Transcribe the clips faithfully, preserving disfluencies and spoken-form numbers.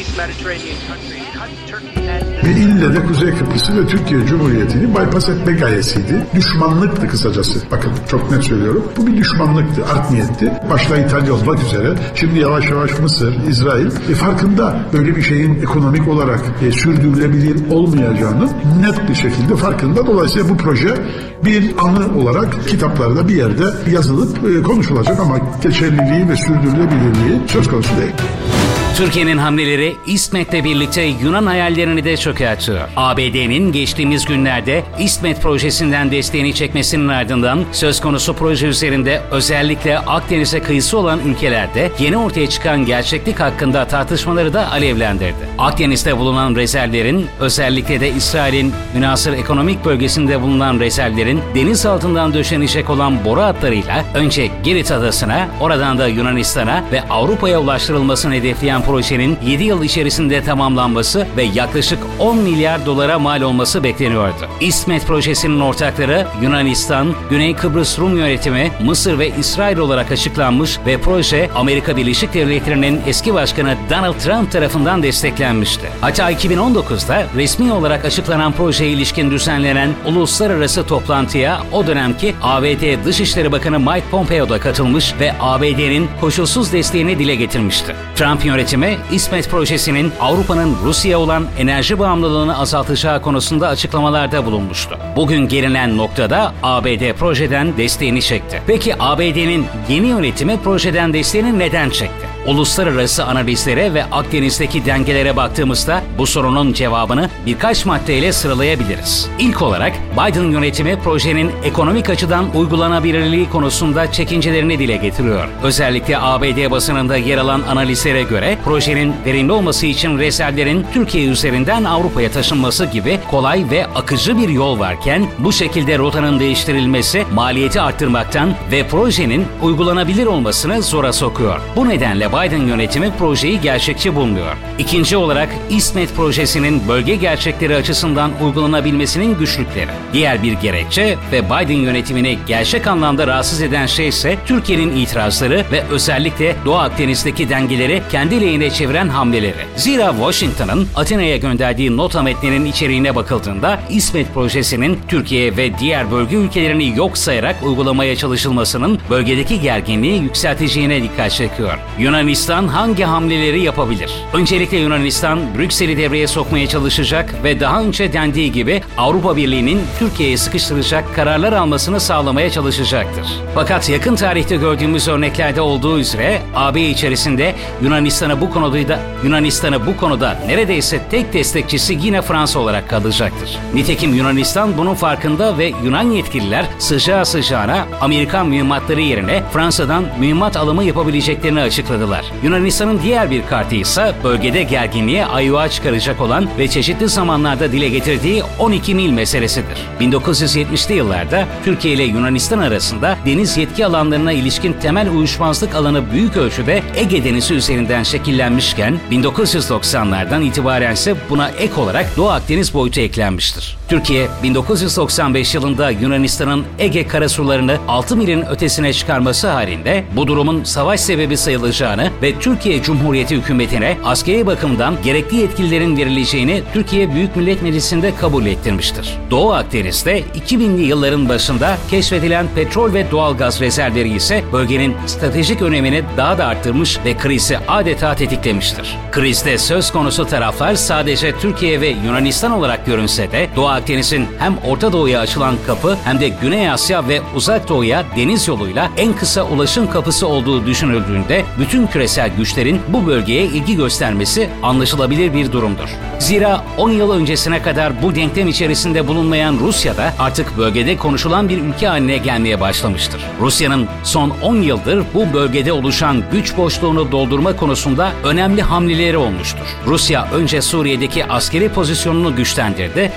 Ve ille de Kuzey Kıbrıs'ı ve Türkiye Cumhuriyeti'ni bypass etme gayesiydi. Düşmanlıktı kısacası. Bakın çok net söylüyorum. Bu bir düşmanlıktı, art niyetti. Başta İtalya olmak üzere. Şimdi yavaş yavaş Mısır, İsrail e, farkında böyle bir şeyin ekonomik olarak e, sürdürülebilir olmayacağının net bir şekilde farkında. Dolayısıyla bu proje bir anı olarak kitaplarda bir yerde yazılıp e, konuşulacak ama geçerliliği ve sürdürülebilirliği söz konusu değil. Türkiye'nin hamleleri İSMET'le birlikte Yunan hayallerini de çökertiyor. A B D'nin geçtiğimiz günlerde İSMET projesinden desteğini çekmesinin ardından söz konusu proje üzerinde özellikle Akdeniz'e kıyısı olan ülkelerde yeni ortaya çıkan gerçeklik hakkında tartışmaları da alevlendirdi. Akdeniz'de bulunan rezervlerin, özellikle de İsrail'in münhasır ekonomik bölgesinde bulunan rezervlerin deniz altından döşenecek olan boru hatlarıyla önce Girit Adası'na, oradan da Yunanistan'a ve Avrupa'ya ulaştırılmasını hedefleyen projenin yedi yıl içerisinde tamamlanması ve yaklaşık on milyar dolara mal olması bekleniyordu. İSMET projesinin ortakları Yunanistan, Güney Kıbrıs Rum Yönetimi, Mısır ve İsrail olarak açıklanmış ve proje Amerika Birleşik Devletleri'nin eski başkanı Donald Trump tarafından desteklenmişti. Hatta iki bin on dokuzda resmi olarak açıklanan projeye ilişkin düzenlenen uluslararası toplantıya o dönemki A B D Dışişleri Bakanı Mike Pompeo da katılmış ve A B D'nin koşulsuz desteğini dile getirmişti. Trump yönetimi İSMET projesinin Avrupa'nın Rusya'ya olan enerji bağımlılığını azaltacağı konusunda açıklamalarda bulunmuştu. Bugün gelinen noktada A B D projeden desteğini çekti. Peki A B D'nin yeni yönetimi projeden desteğini neden çekti? Uluslararası analizlere ve Akdeniz'deki dengelere baktığımızda bu sorunun cevabını birkaç maddeyle sıralayabiliriz. İlk olarak Biden yönetimi projenin ekonomik açıdan uygulanabilirliği konusunda çekincelerini dile getiriyor. Özellikle A B D basınında yer alan analizlere göre projenin verimli olması için rezervlerin Türkiye üzerinden Avrupa'ya taşınması gibi kolay ve akıcı bir yol varken bu şekilde rotanın değiştirilmesi maliyeti arttırmaktan ve projenin uygulanabilir olmasını zora sokuyor. Bu nedenle Biden yönetimi projeyi gerçekçi bulmuyor. İkinci olarak İSMET projesinin bölge gerçekleri açısından uygulanabilmesinin güçlükleri. Diğer bir gerekçe ve Biden yönetimini gerçek anlamda rahatsız eden şey ise Türkiye'nin itirazları ve özellikle Doğu Akdeniz'deki dengeleri kendi lehine çeviren hamleleri. Zira Washington'ın Atina'ya gönderdiği nota metninin içeriğine bakıldığında İSMET projesinin Türkiye ve diğer bölge ülkelerini yok sayarak uygulamaya çalışılmasının bölgedeki gerginliği yükselteceğine dikkat çekiyor. Yunanistan hangi hamleleri yapabilir? Öncelikle Yunanistan, Brüksel'i devreye sokmaya çalışacak ve daha önce dendiği gibi Avrupa Birliği'nin Türkiye'ye sıkıştıracak kararlar almasını sağlamaya çalışacaktır. Fakat yakın tarihte gördüğümüz örneklerde olduğu üzere A B içerisinde Yunanistan'a bu konuda da Yunanistan'a bu konuda neredeyse tek destekçisi yine Fransa olarak kalacaktır. Nitekim Yunanistan bunun farkında ve Yunan yetkililer sıcağı sıcağına Amerikan mühimmatları yerine Fransa'dan mühimmat alımı yapabileceklerini açıkladılar. Yunanistan'ın diğer bir kartı ise bölgede gerginliğe ayyuğa çıkaracak olan ve çeşitli zamanlarda dile getirdiği on iki mil meselesidir. bin dokuz yüz yetmişli yıllarda Türkiye ile Yunanistan arasında deniz yetki alanlarına ilişkin temel uyuşmazlık alanı büyük ölçüde Ege Denizi üzerinden şekillenmişken bin dokuz yüz doksanlardan itibaren ise buna ek olarak Doğu Akdeniz boyutu eklenmiştir. Türkiye bin dokuz yüz doksan beş yılında Yunanistan'ın Ege karasularını altı milin ötesine çıkarması halinde bu durumun savaş sebebi sayılacağını ve Türkiye Cumhuriyeti hükümetine askeri bakımdan gerekli yetkilerin verileceğini Türkiye Büyük Millet Meclisi'nde kabul ettirmiştir. Doğu Akdeniz'de iki binli yılların başında keşfedilen petrol ve doğalgaz rezervleri ise bölgenin stratejik önemini daha da arttırmış ve krizi adeta tetiklemiştir. Krizde söz konusu taraflar sadece Türkiye ve Yunanistan olarak görünse de Doğu Akdeniz'in hem Orta Doğu'ya açılan kapı hem de Güney Asya ve Uzak Doğu'ya deniz yoluyla en kısa ulaşım kapısı olduğu düşünüldüğünde bütün küresel güçlerin bu bölgeye ilgi göstermesi anlaşılabilir bir durumdur. Zira on yıl öncesine kadar bu denklem içerisinde bulunmayan Rusya da artık bölgede konuşulan bir ülke haline gelmeye başlamıştır. Rusya'nın son on yıldır bu bölgede oluşan güç boşluğunu doldurma konusunda önemli hamleleri olmuştur. Rusya önce Suriye'deki askeri pozisyonunu güçlendirdi, buradaki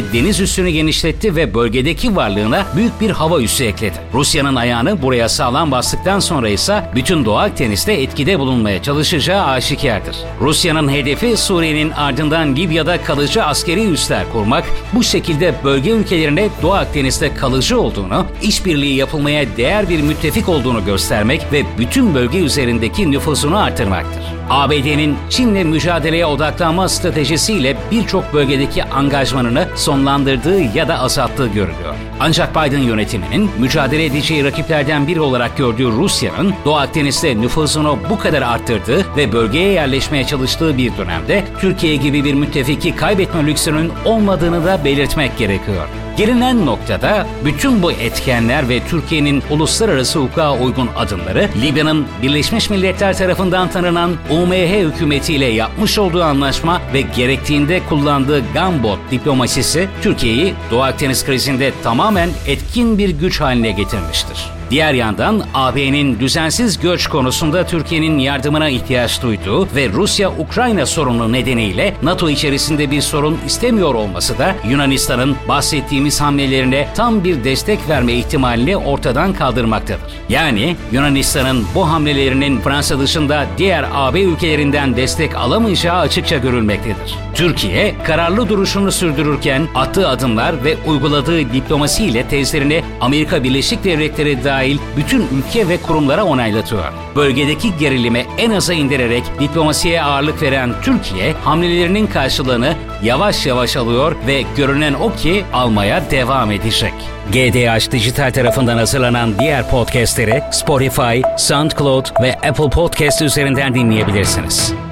Yani deniz üssünü genişletti ve bölgedeki varlığına büyük bir hava üssü ekledi. Rusya'nın ayağını buraya sağlam bastıktan sonra ise bütün Doğu Akdeniz'de etkide bulunmaya çalışacağı aşikardır. Rusya'nın hedefi Suriye'nin ardından Libya'da kalıcı askeri üsler kurmak, bu şekilde bölge ülkelerine Doğu Akdeniz'de kalıcı olduğunu, işbirliği yapılmaya değer bir müttefik olduğunu göstermek ve bütün bölge üzerindeki nüfuzunu artırmaktır. A B D'nin Çin'le mücadeleye odaklanma stratejisiyle birçok bölgedeki angajmanını sonlandırdığı ya da azalttığı görülüyor. Ancak Biden yönetiminin mücadele edeceği rakiplerden biri olarak gördüğü Rusya'nın Doğu Akdeniz'de nüfuzunu bu kadar arttırdığı ve bölgeye yerleşmeye çalıştığı bir dönemde Türkiye gibi bir müttefiki kaybetme lüksünün olmadığını da belirtmek gerekiyor. Gelinen noktada bütün bu etkenler ve Türkiye'nin uluslararası hukuka uygun adımları, Libya'nın Birleşmiş Milletler tarafından tanınan U M H hükümetiyle yapmış olduğu anlaşma ve gerektiğinde kullandığı gunboat diplomasisi, Türkiye'yi Doğu Akdeniz krizinde tamamen etkin bir güç haline getirmiştir. Diğer yandan A B'nin düzensiz göç konusunda Türkiye'nin yardımına ihtiyaç duyduğu ve Rusya-Ukrayna sorunu nedeniyle NATO içerisinde bir sorun istemiyor olması da Yunanistan'ın bahsettiğimiz hamlelerine tam bir destek verme ihtimalini ortadan kaldırmaktadır. Yani Yunanistan'ın bu hamlelerinin Fransa dışında diğer A B ülkelerinden destek alamayacağı açıkça görülmektedir. Türkiye kararlı duruşunu sürdürürken attığı adımlar ve uyguladığı diplomasiyle tezlerini Amerika Birleşik Devletleri dahil bütün ülke ve kurumlara onaylatıyor. Bölgedeki gerilimi en aza indirerek diplomasiye ağırlık veren Türkiye, hamlelerinin karşılığını yavaş yavaş alıyor ve görünen o ki almaya devam edecek. G D H Dijital tarafından hazırlanan diğer podcastleri Spotify, SoundCloud ve Apple Podcast üzerinden dinleyebilirsiniz.